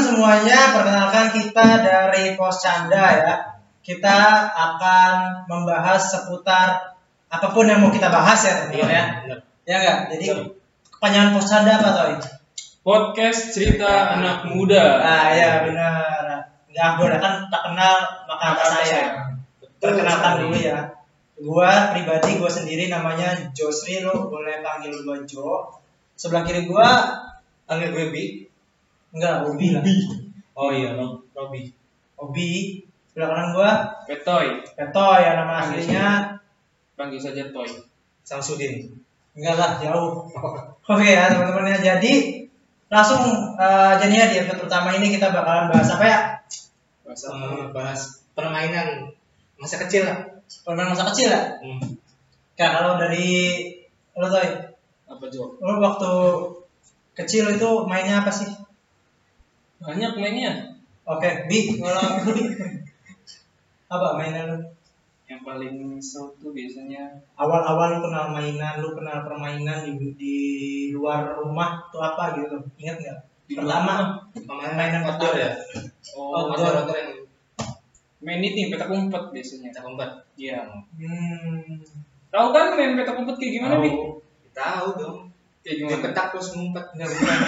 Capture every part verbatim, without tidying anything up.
semuanya, perkenalkan kita dari Pos Canda ya. Kita akan membahas seputar apapun yang mau kita bahas ya teman-teman ya. Ya enggak? Jadi kepanjangan Pos Canda apa Toy? Podcast cerita anak muda. Ah ya benar. Enggak boleh kan tak kenal maka tak sayang. Perkenalkan dulu ya. Gua pribadi gua sendiri namanya Josri, lo boleh panggil gua Jo. Sebelah kiri gua panggil gue Bi. Enggak, Obi lah. Oh iya, no, Robi. Obi. Sebelah kanan gua Petoy. Petoy ya nama aslinya. Panggil saja Toy. Samsudin. Enggak lah, jauh. Oke ya teman-teman ya. Jadi langsung uh, jadinya di episode pertama ini kita bakalan bahas apa ya? Bahas, uh, bahas permainan masa kecil lah. Permainan masa kecil ya? Hmm. Kayak kalau dari lo Toy, Apa Jo? lo waktu kecil itu mainnya apa sih? Banyak mainnya. Oke, Bi, kalau apa mainan lu? Yang paling seru tuh biasanya Awal-awal lu kenal mainan, lu kenal permainan di, di luar rumah tuh apa gitu? Ingat nggak? Di Pertama, Pemain mainan outdoor ya. oh Outdoor. Outdoor yang main ini petak umpet biasanya. kita kombat. Iya. Hmm, Tahu kan main petak umpet kayak gimana Bi? Tahu. Tahu dong. Kayak Dia gimana? petak terus ngumpet. enggak bukan.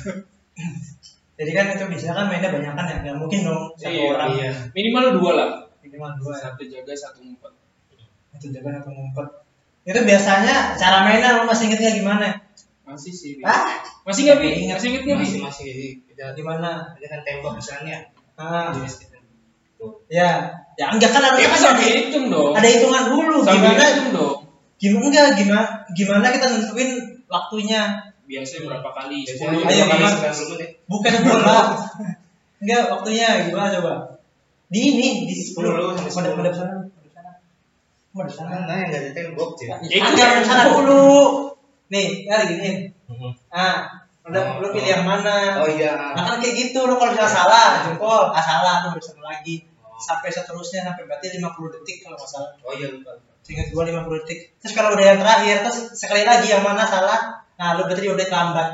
Jadi kan itu biasanya kan mainnya banyak kan ya, nggak mungkin dong satu Iya, orang Iya. Minimal dua lah. minimal dua ya. Satu jaga, satu ngumpet. Itu jaga atau ngumpet. Itu biasanya cara mainnya lo masih inget nggak gimana? Masih sih. Bi. Ah, Masih nggak Bi? Ingat. Masih inget nggak Bi? Masih masih jadi kita gimana? ada kan tembok misalnya. Ah, Jenis kita. Tuh. ya, ya enggak kan harusnya Kita kan sambil ada, hitung dong. ada hitungan dulu. Sambil Gimana? hitung dong. Gimana enggak? Gimana? Gimana kita nentuin waktunya? Biasanya berapa kali? Biasanya sepuluh. Ayo, dua kali gimana? sembilan puluh menit. Bukan bola. Enggak, waktunya gimana coba? Di ini, di sepuluh sampai sepuluh. Madep sana. Madep sana. Madep sana. Mana yang enggak ada tembok sih? Ya, Ya, kan itu madep kan. sana dulu. Nih, ya gini. Mhm. Ah, udah Oh, lu pilih oh. yang mana? Oh iya. Nah, kan kayak gitu, lu kalau misalnya salah, jempol, ah salah, lu harus satu lagi. Sampai seterusnya sampai berarti lima puluh detik kalau nggak salah. Oh iya lupa. Seingat gua lima puluh detik. Terus kalau udah yang terakhir, terus sekali lagi yang mana salah, nah lu berarti udah lambat.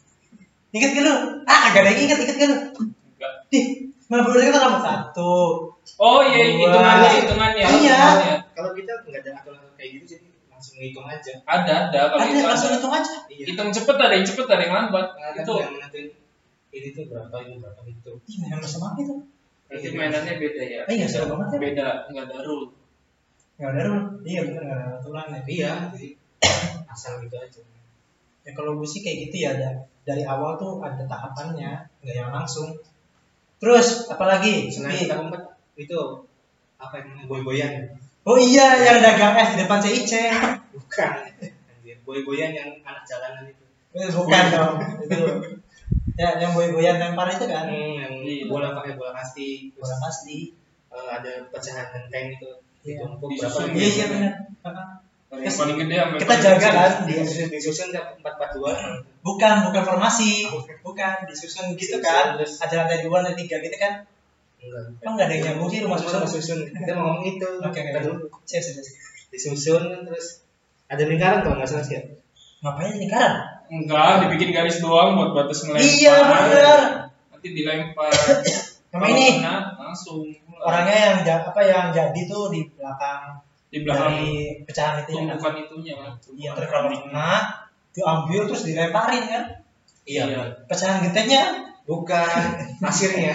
Ingat gak lu? Ah, agak ada yang ingat, ingat gak lu? Enggak. Ih, lima puluh detik kan lambat satu. Oh iya, Dua. hitungannya, hitungannya. Iya. hitungannya. Kalau kita nggak ada aturan kayak gitu jadi langsung ngitung aja. Ada, ada kalau Ada, itu langsung ada. hitung aja. Iya. Hitung cepet ada yang cepet ada yang lambat. Nah, Itu yang menentuin ini tuh berapa ini berapa itu. Ih, mainan masa apa itu? berarti mainannya beda ya. Eh, iya, seru banget ya. Beda, nggak ada rule. Nggak ada rule. Iya bener, nggak ada aturan ya. Iya, jadi asal gitu aja. Ya kalau gue sih kayak gitu ya, ada dari awal tuh ada tahapannya, nggak yang langsung. Terus apalagi? Selain Nih. kita ngumpet itu apa yang namanya boy-boyan? Oh iya, yang dagang es di depan C I C. Bukan. Anjir, boy-boyan yang anak jalanan itu. Eh, bukan dong. Itu. Ya, yang boy-boyan lempar itu kan. Hmm, yang Iya. bola pakai bola plastik, terus Bola pasti. eh, ada pecahan genteng itu. Iya. Ditumpuk Disusun. berapa? Iya iya benar. Yang paling gede sampai Kita paling jaga kecil. kan. Disusun disusun empat empat dua. Bukan, bukan formasi. Bukan, disusun gitu kan. Terus- Ada lantai dua, lantai tiga gitu kan. Enggak. Emang nggak ada yang nyambung sih rumah Susun susun. susun. Kita mau ngomong itu. Oke, Kita oke. dulu. Siap, siap, siap. Disusun terus ada lingkaran kalau nggak salah sih. Ya? Ngapain lingkaran? Enggak, dibikin garis doang buat batas ngelempar. Iya benar. Nanti dilempar. Sama Kalau ini kena, langsung. mulai. orangnya yang ja- apa yang jadi tuh di belakang di belakang dari pecahan itu ya kan. tumpukan itunya kan. Iya, terus kalau kena diambil terus dilemparin kan. Iya. Iya. Pecahan gentengnya Bukan pasirnya.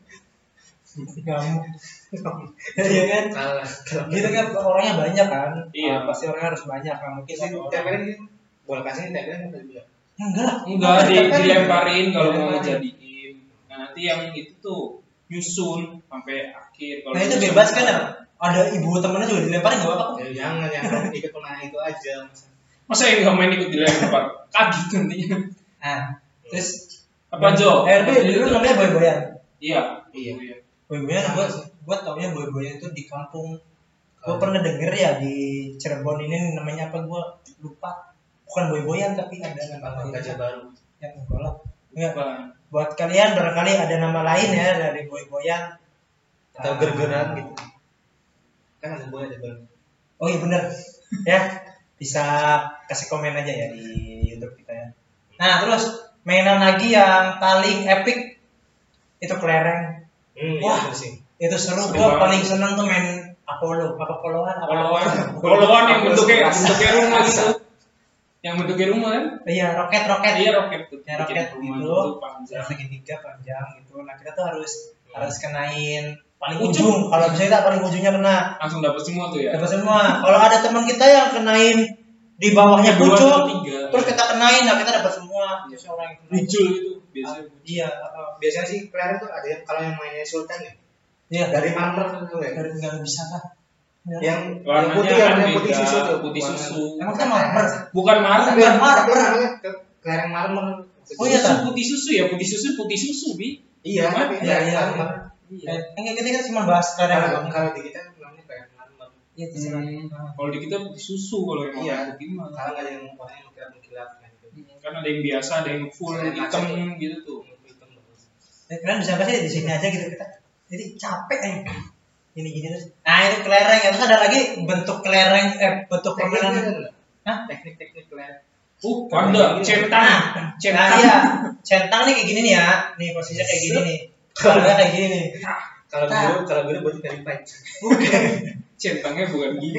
kamu. Iya kan? Salah. Gitu kan orangnya banyak kan. Iya. Ah, pasti orangnya harus banyak kan. Mungkin Sih, satu orang. tempelin gitu. Bola pasirnya tempelin apa juga? Ya, enggak lah. Enggak, di, Dilemparin. dilemparin kalau mau Dilemparin. ngejadiin. Nah, nanti yang itu tuh nyusun sampai akhir. Kalau Nah itu nyusun bebas kan bisa. ya? Ada ibu temennya juga dilemparin gak apa-apa. Ya, jangan yang ikut permainan itu aja. Masa yang nggak main ikut dilempar? Kaget nantinya. Nah, terus Apa Jo? R B Apa dulu itu? namanya boy-boyan. Iya. Iya. Iya. Boy-boyan Sama gua sih. gua taunya boy-boyan itu di kampung. Gua Oh. pernah denger ya di Cirebon ini namanya apa gua lupa. Bukan boy-boyan tapi ada nama Apa lain. gajah baru? Ya enggak lah. Enggak. Bang. Buat kalian barangkali ada nama lain ya dari boy-boyan Atau gergeran gitu. Kan ada boy ada girl. Oh iya bener ya, bisa kasih komen aja ya di YouTube kita ya. Nah terus mainan lagi yang paling epic itu kelereng. Hmm, Wah, iya, sih. itu seru. Seru Gue banget. paling seneng tuh main Apollo, apa poloan, apa Poloan, poloan yang bentuknya bentuknya rumah gitu. Yang bentuknya rumah kan? Iya, roket roket. Iya roket tuh. Ya, roket Bikin rumah gitu. gitu panjang. Yang segitiga panjang gitu. Nah kita tuh harus harus kenain paling Ujung. ujung. Kalau bisa kita paling ujungnya kena. Langsung dapat semua tuh ya. Dapat semua. Kalau ada teman kita yang kenain di bawahnya Dua pucuk, atau tiga. terus kita kenain, nah kita dapat semua. Terus orang yang kenain. Muncul gitu biasanya. Iya. uh, Biasanya sih kelereng tuh ada yang kalau yang mainnya Sultan ya. Iya. Dari marmer tuh ya. Dari nggak bisa lah. Ya. Yang Warnanya yang putih kan yang beda, putih susu tuh. putih Warna- susu. Emang kita marmer. Bukan marmer. Bukan marmer. Tapi namanya ke- kelereng marmer. Oh iya, Susu kan? putih susu ya, putih susu putih susu bi. Iya, tapi Iya, kelereng iya. marmer. Eh, Enggak kita kan cuma bahas kelereng Kalau doang. kalau di kita namanya kelereng marmer. Iya terserah. Hmm. Kalau di kita putih susu kalau yang Iya. warna putih mah. Kalau nggak ada yang warnanya mengkilap-mengkilap kan gitu. Kan ada yang biasa, ada yang full Kayak hitam kaca. gitu tuh. Hitam bagus. Eh, kalian bisa apa sih di sini aja gitu kita. Jadi capek nih. Gini-gini terus. Nah, itu kelereng. Ya, terus ada lagi bentuk kelereng eh bentuk permainan. Tekniknya Hah? teknik-teknik kelereng. Uh, ada centang. Nah, Centang. iya. Centang nih kayak gini nih ya. Nih posisinya kayak gini nih. Kalau kayak gini nih. Kalau Nah. biru kalau biru buat dari pipe. Centangnya bukan gini.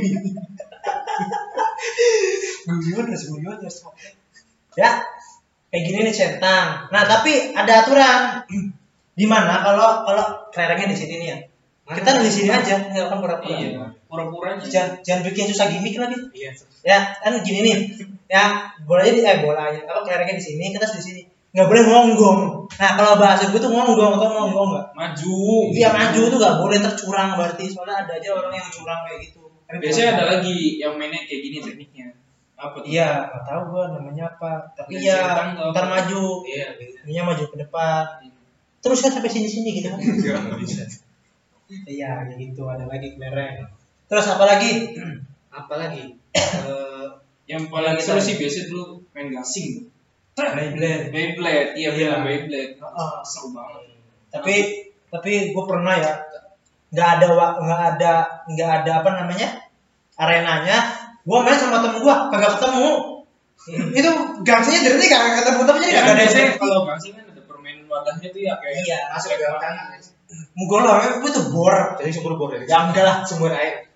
Guyun terus guyun terus. Ya. Kayak gini nih centang. Nah, tapi ada aturan. Di mana kalau kalau kelerengnya di sini nih ya. Kita di sini aja, nggak akan pura-pura. Iya, pura-puranya. Jangan, jangan bikin susah gimmick lagi. Iya. Ya, kan gini nih. Ya, bolanya di eh bolanya. Kalau kelerengnya di sini, kita di sini. Nggak boleh ngonggong. Nah, kalau bahasa gue tuh ngonggong atau ngonggong nggak? Maju. Iya, maju tuh nggak boleh tercurang berarti. Soalnya ada aja orang yang curang kayak gitu. Tapi Biasanya boleh. ada lagi yang mainnya kayak gini tekniknya. Apa tuh? Iya, nggak tahu gue namanya apa. Tapi Ya, ya, centang tuh ntar apa? maju. Iya, bisa. Ininya maju ke depan. Terus kan sampai sini-sini gitu kan. Bisa. Iya, kayak gitu. Ada lagi kelereng. Terus apa lagi? Apalagi eh Yang paling Kita- seru sih biasanya dulu main gasing. Beyblade. Beyblade, iya Iya. benar Beyblade. Heeh. Seru banget. Tapi tapi gue pernah ya nggak ada wa- nggak ada nggak ada apa namanya arenanya. Gue main sama temen gue kagak ketemu. Itu gangsinya dari tadi kagak ketemu tapi jadi Ya kagak kan ada. biasanya kalau gasing kan ada permainan wadahnya tuh ya kayak Iya. masuk ke dalam tanah. Mugol lah, gue tuh bor. Jadi sumber bor ya. Ya enggak lah. Sumber air.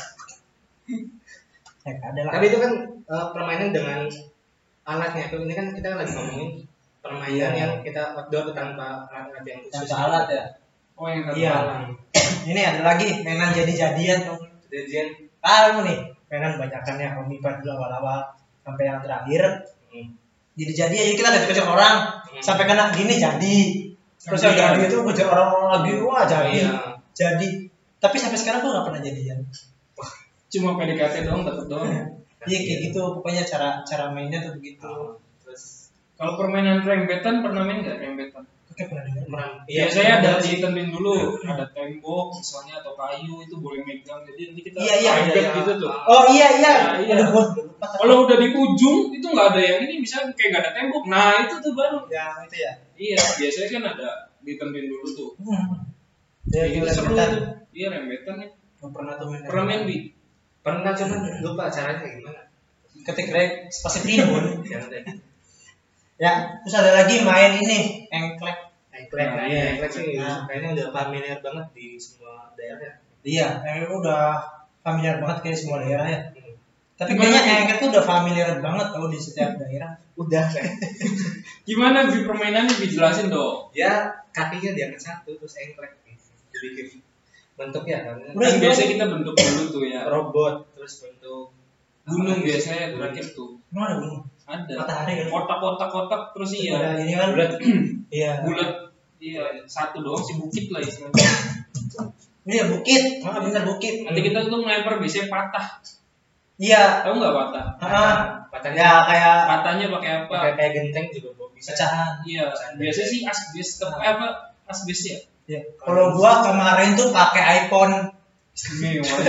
Ya ada lah. Tapi itu kan eh, permainan dengan alatnya itu. Ini kan kita lagi ngomongin permainan Iya. yang kita outdoor tanpa alat-alat yang khusus. Tanpa alat ya. oh yang Iya. Ini ada lagi mainan jadi-jadian tuh. Jadian. Tahu nih, mainan banyakan ya Om Ipan dulu awal-awal sampai yang terakhir. Hmm. Jadi-jadi aja kita kasih kasih orang Hmm. sampai kena gini jadi. Terus yang Jadi, jadi itu kejar orang-orang lagi wah jadi. Iya. Jadi. Tapi sampai sekarang gue gak pernah jadian. cuma P D K T doang dapet doang. Iya kayak gitu, pokoknya cara cara mainnya tuh begitu. Terus Kalau permainan rembetan pernah main nggak rembetan? Oke pernah dengar. meram. Biasanya ada ditentuin dulu, ada tembok misalnya atau kayu itu boleh megang. Jadi nanti kita Iya, iya, rembet iya, iya. gitu tuh. Oh iya iya. Nah, iya. Aduh, gua udah lupa. Kalau udah di ujung itu nggak ada yang ini misalnya kayak nggak ada tembok. Nah itu tuh baru. Yang itu ya. Iya biasanya kan ada ditentuin dulu tuh. Hmm. Ya Kayak gitu gila seru rembetan. tuh. Iya rembetan ya. Gua pernah tuh main. Pernah main bi? Pernah cuman lupa caranya gimana. Ketik rek pasti timbun. Jangan tadi. Ya, terus ada lagi main ini, engklek. Engklek, Nah, nah, iya. engklek sih Nah. kayaknya udah familiar banget di semua daerah. Iya, engklek udah familiar banget kayak semua daerah ya. Hmm. Tapi Gimana kayaknya nih? engklek tuh udah familiar banget kalau di setiap daerah. Udah kayak Gimana bi permainannya dijelasin dong? ya kakinya diangkat satu terus engklek dibikin bentuknya kan Udah, Kan itu biasanya aja. kita bentuk dulu tuh ya. robot terus bentuk Gunung apa lagi? biasanya terakhir tuh. Emang ada gunung? Ada. Matahari kan? Kotak-kotak kotak terus iya. Ada ini kan? Bulat. Iya. Bulat. Iya, satu doang si bukit lah istilahnya. Iya bukit, ah bener bukit. Nanti kita tuh ngelempar biasanya patah. Iya. Tahu nggak patah? Ah, patahnya ya kayak Patahnya pakai apa? pakai kayak genteng juga Bob, bisa pecahan. Iya, biasanya sih asbes ke eh, apa? Asbes ya. Iya. Kalau gua kemarin tuh pakai iPhone. Istimewa.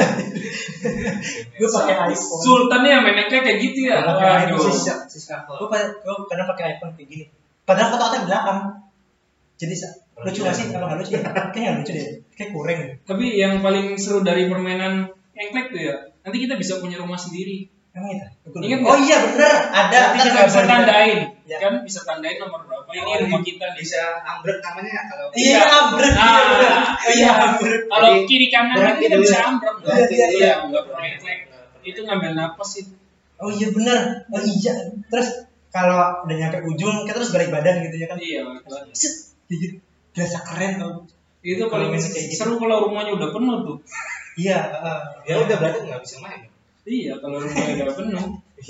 Gua pakai iPhone. Sultannya mainnya kayak gitu ya. Pakai Waduh. iPhone. sisa sisa Gua pa- gua kadang pakai iPhone kayak gini. Padahal kotak-kotak di belakang. Jadi sa- lucu gak sih? Apa nggak lucu ya? Kayaknya nggak lucu deh. Kayak kurang. Tapi yang paling seru dari permainan engklek tuh ya, nanti kita bisa punya rumah sendiri. Emang itu? Aku Ingat lupa. Oh iya bener, ada. Nanti kan kita nggak bisa boleh- tandain, Ya. kan bisa tandain nomor berapa. Ini Oh, rumah kita nih. bisa ambruk namanya kalau Iya, ambruk. Nah, Iya, bener. Oh iya, ambruk. Kalau Jadi, kiri kanan kan berarti kita dulu bisa ya. ambruk. Iya, iya, iya. Nggak pernah refleks. Itu ngambil napas itu. Oh iya bener. Oh iya. Terus kalau udah nyampe ujung kita terus balik badan gitu ya kan. Iya, betul. Set, dikit. Berasa keren tau. Itu Kalau paling main kayak gitu. seru kalau rumahnya udah penuh tuh. Iya, heeh. ya udah berarti nggak bisa main. Iya, kalau rumahnya udah penuh.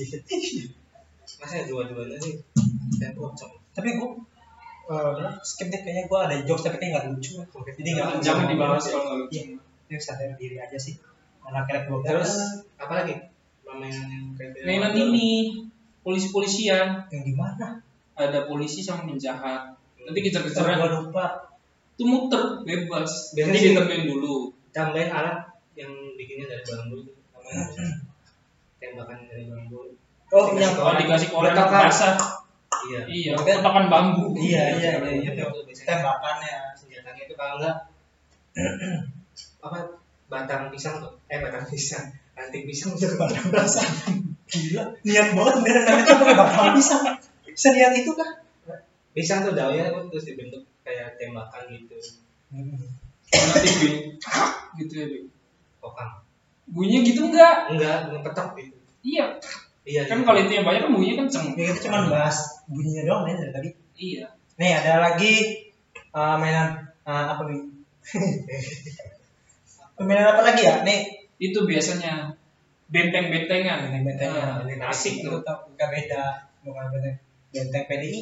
Masa dua-duanya sih dan pocong. Tapi gua eh skip deh kayaknya gua ada jokes tapi kayaknya nggak lucu. Jadi nggak Jangan dibahas kalau nggak lucu. Iya. Dia sadar diri aja sih. Anak-anak gua Terus apa lagi? Permainan yang kayak gitu. Mainan ini polisi-polisian, yang di mana? ada polisi sama penjahat. Nanti Gua kejar-kejaran, lupa. itu muter bebas. Biasanya Nanti sih- ditemuin dulu. Tambahin alat yang bikinnya dari bambu itu. Namanya tembakan dari bambu. Oh, Dikasih yang Kalau dikasih koran Betakan. basah, Iya. iya, Oke. kotakan bambu. Iya, iya, iya, iya. Itu biasanya Tembakannya. senjatanya itu kalau enggak apa batang pisang tuh eh batang pisang anting pisang juga batang pisang Gila, niat banget beneran nanti tuh pakai bakal pisang. Seniat itu kah? pisang tuh daunnya tuh terus dibentuk kayak tembakan gitu Nanti bunyi gitu ya, Bi. kokang Bunyinya gitu enggak? enggak ngepetok gitu Iya, iya kan gitu. kalau itu yang banyak kan bunyinya kenceng. Ya kita cuma bahas bunyinya doang nih dari tadi. Iya. Nih ada lagi uh, mainan uh, apa nih? Mainan apa lagi ya? Nih Itu biasanya benteng-bentengan. benteng-bentengan. Nah, asik Itu tuh. tak bukan beda, bukan benteng benteng P D I.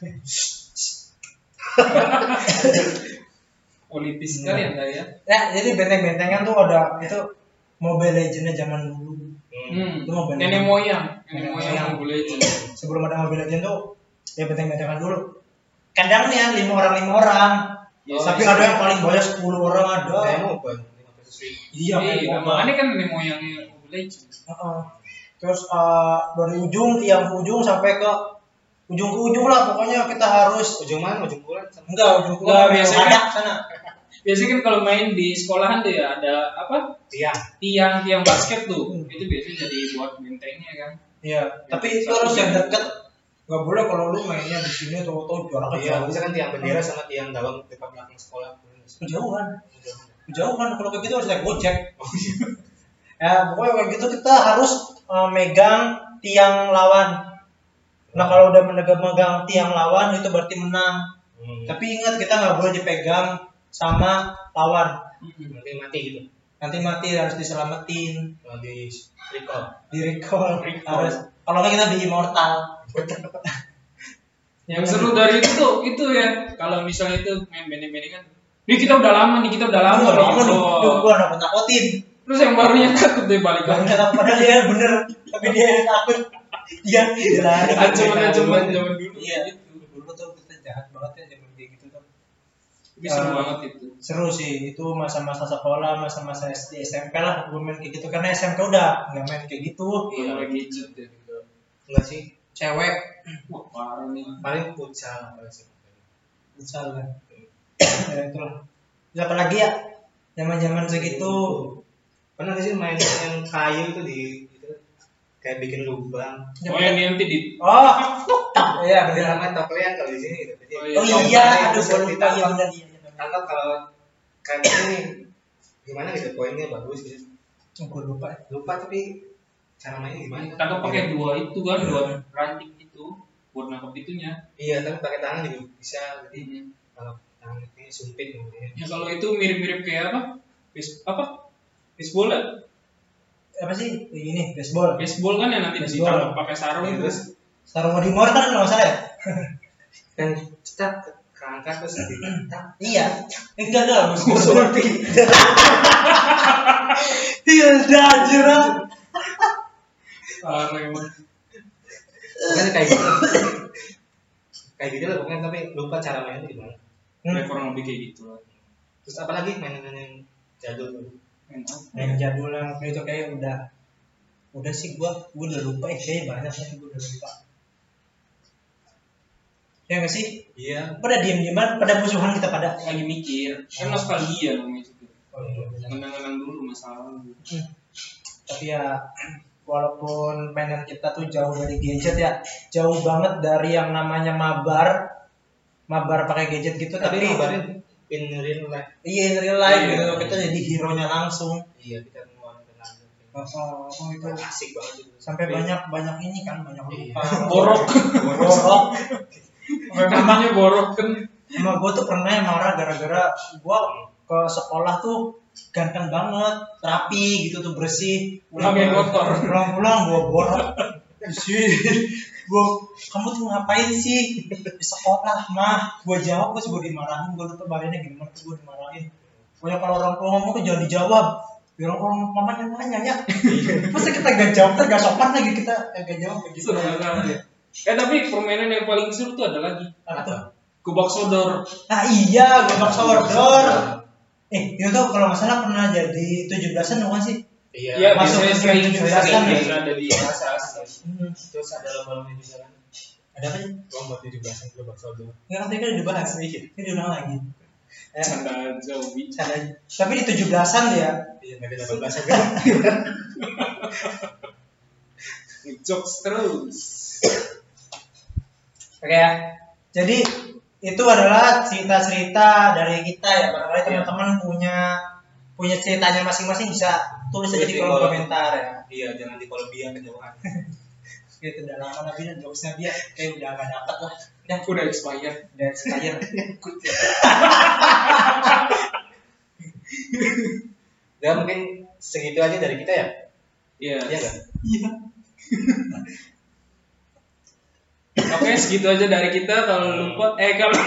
Politis sekali anda ya. Ya jadi benteng-bentengan tuh ada itu Mobile Legends zaman dulu. Hmm. Itu Mobile Nenek Legends. moyang, nenek Nenek moyang moyang. Mobile Legends. Sebelum ada Mobile Legends tuh ya benteng-bentengan dulu. Kadang nih ya lima orang lima orang. Ya, Tapi bisa. ada yang paling banyak sepuluh orang ada. kayak mau buat lima ratus ribu Iya, Iya, kayak makanya kan nenek moyangnya Mobile Legends. Heeh. Terus uh, dari ujung tiang ke ujung sampai ke ujung ke ujung lah pokoknya kita harus ujung mana ujung bulan sama enggak ujung ke Enggak, ujung biasanya ada kan- sana. Biasanya kan kalau main di sekolahan tuh ya ada apa? tiang Tiang-tiang basket tuh. Hmm. Itu biasanya jadi buat bentengnya kan. Iya, tapi itu harus yang dekat. Enggak boleh kalau lu mainnya di sini atau jaraknya iya jauh. misalkan tiang bendera sama tiang gawang dekat belakang sekolah Kejauhan. Kejauhan kalau kayak gitu harus naik gojek. Ya, pokoknya kayak gitu kita harus uh, megang tiang lawan. Nah, kalau udah memegang tiang lawan itu berarti menang. hmm. Tapi ingat kita nggak boleh dipegang sama lawan. nanti mati gitu Nanti mati harus diselamatin, kalau di recall di recall, Recall. harus. Kalau nggak kita di immortal. Yang seru dari itu tuh itu ya. Kalau misalnya itu main benteng-bentengan. Nih kita udah lama nih, kita udah lama. Udah lama nih. nih. Oh. Duh, gua nakut nakutin. Terus yang barunya takut deh balik Gak lagi. bener, padahal dia bener, tapi dia yang takut. Dia lari. Ancaman-ancaman zaman dulu. Iya. Gitu. Dulu tuh kita jahat banget ya zaman kayak gitu tuh. Tapi seru Eh, banget itu. Seru sih, itu masa-masa sekolah, masa-masa S D, S M P lah gue main kayak gitu. Karena S M P udah nggak main kayak gitu. Iya, lagi gadget ya. enggak sih Cewek, Wah, parah nih. paling futsal apa sih misal kan. Ya itulah. Terus apa lagi ya? Zaman-zaman segitu. pernah nggak sih main yang kayu itu di itu kayak bikin lubang Oh, yang nanti di Oh, iya ada bener. namanya toplean kalau di sini gitu. Jadi, Oh, iya. Oh toplean iya, itu aduh bisa gue lupa iya ditangkap. bener iya. iya. Tangkap kalau kayak gini gimana gitu poinnya bagus gitu Gue lupa. lupa tapi cara mainnya gimana tangkap pakai dua itu kan, dua ranting itu buat nangkap itunya. iya tapi pakai tangan juga bisa jadi Hmm. kalau tangan ini sumpit namanya Ya kalau itu mirip-mirip kayak apa? Base apa? Baseball ya? Apa sih? Ini baseball. Baseball kan ya nanti Baseball. ditangkap pakai sarung Iya, itu. terus Sarung Modimor kan kalau nggak salah ya? dan cetak ke kerangka terus dicetak Iya. Enggak enggak, gue seperti. Hilda Jura. Parah emang. pokoknya kayak gitu kayak gitu lah pokoknya tapi lupa cara mainnya gimana Ya kurang lebih kayak gitu lah. terus apa lagi mainan yang jadul tuh Main apa? Yang jadul yang itu kayak udah udah sih gua gua udah lupa ya kayaknya banyak sih gua udah lupa. Ya nggak sih? iya Pada diem-dieman, pada musuhan kita pada. Lagi mikir. Kan nostalgia namanya itu. Oh, iya, benar. Mengenang-enang dulu masa lalu. Tapi ya walaupun mainan kita tuh jauh dari gadget ya, jauh banget dari yang namanya mabar, mabar pakai gadget gitu. Tapi Tapi ngabarin in real life. iya in real life Iya. gitu, kita jadi hero nya langsung. Iya, kita ngeluarin tenaga. Oh, oh, itu Asik banget itu. sampai banyak banyak ini kan, banyak Iya. lupa. Borok. Borok. Namanya borok kan. Sama gue tuh pernah yang marah gara-gara gue ke sekolah tuh ganteng banget, rapi gitu tuh, bersih. Pulangnya kotor. Pulang-pulang gue borok. Sih, gue kamu tuh ngapain sih di sekolah mah? Gue jawab terus gue dimarahin, gue lupa bahannya gimana tuh, gue dimarahin. Pokoknya kalau orang tua ngomong tuh jangan dijawab. Biar orang mama yang nanya ya. Masa kita gak jawab, kita gak sopan lagi kita gak jawab kayak gitu. Seru banget. Eh tapi permainan yang paling seru tuh ada lagi. Apa tuh? Kubak sodor. Ah iya, gobak sodor. Eh, itu tuh kalau nggak salah pernah jadi tujuh belasan bukan sih? Iya. Iya, masuk biasanya ke sering tujuh sering belasan ya? biasa ada di asas. Hmm. Terus ada lomba-lomba juga kan. Ada apa sih? Lomba tujuh belasan gerobak sodor. Nggak, nanti kan udah dibahas. Ini diulang lagi. Eh, Canda zombie. cara, tapi di tujuh belasan ya. Iya, nggak ada delapan belas aja. Jokes terus. Oke ya. Jadi itu adalah cerita-cerita dari kita ya. Barangkali teman-teman punya punya ceritanya masing-masing bisa tulis aja di kolom komentar ya. Iya, jangan di kolom dia kejauhan. Gitu udah lama lah Bian, jokesnya dia kayak udah gak dapet lah. Udah Udah expired. udah expired. Ya mungkin segitu aja dari kita ya. Iya. Iya nggak? Iya. Oke, segitu aja dari kita. Kalau lupa, eh kalau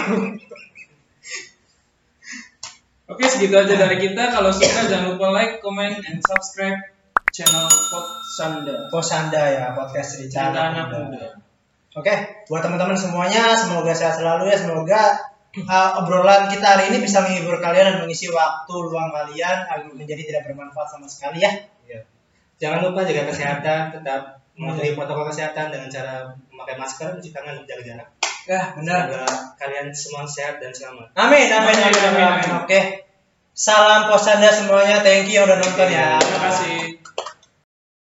Oke, segitu aja dari kita. Kalau suka jangan lupa like, comment, and subscribe channel Podsanda. Posanda ya, podcast cerita Cinta anak anak muda. muda. Oke, buat teman-teman semuanya, semoga sehat selalu ya. Semoga uh, obrolan kita hari ini bisa menghibur kalian dan mengisi waktu luang kalian agar menjadi tidak bermanfaat sama sekali ya. Iya. Jangan lupa jaga kesehatan, tetap mematuhi protokol kesehatan dengan cara memakai masker, mencuci tangan, dan menjaga jarak. Ya, benar. Semoga kalian semua sehat dan selamat. Amin, amin, amin, amin, amin. Oke. Salam Posanda semuanya. Thank you yang udah nonton ya. Terima kasih.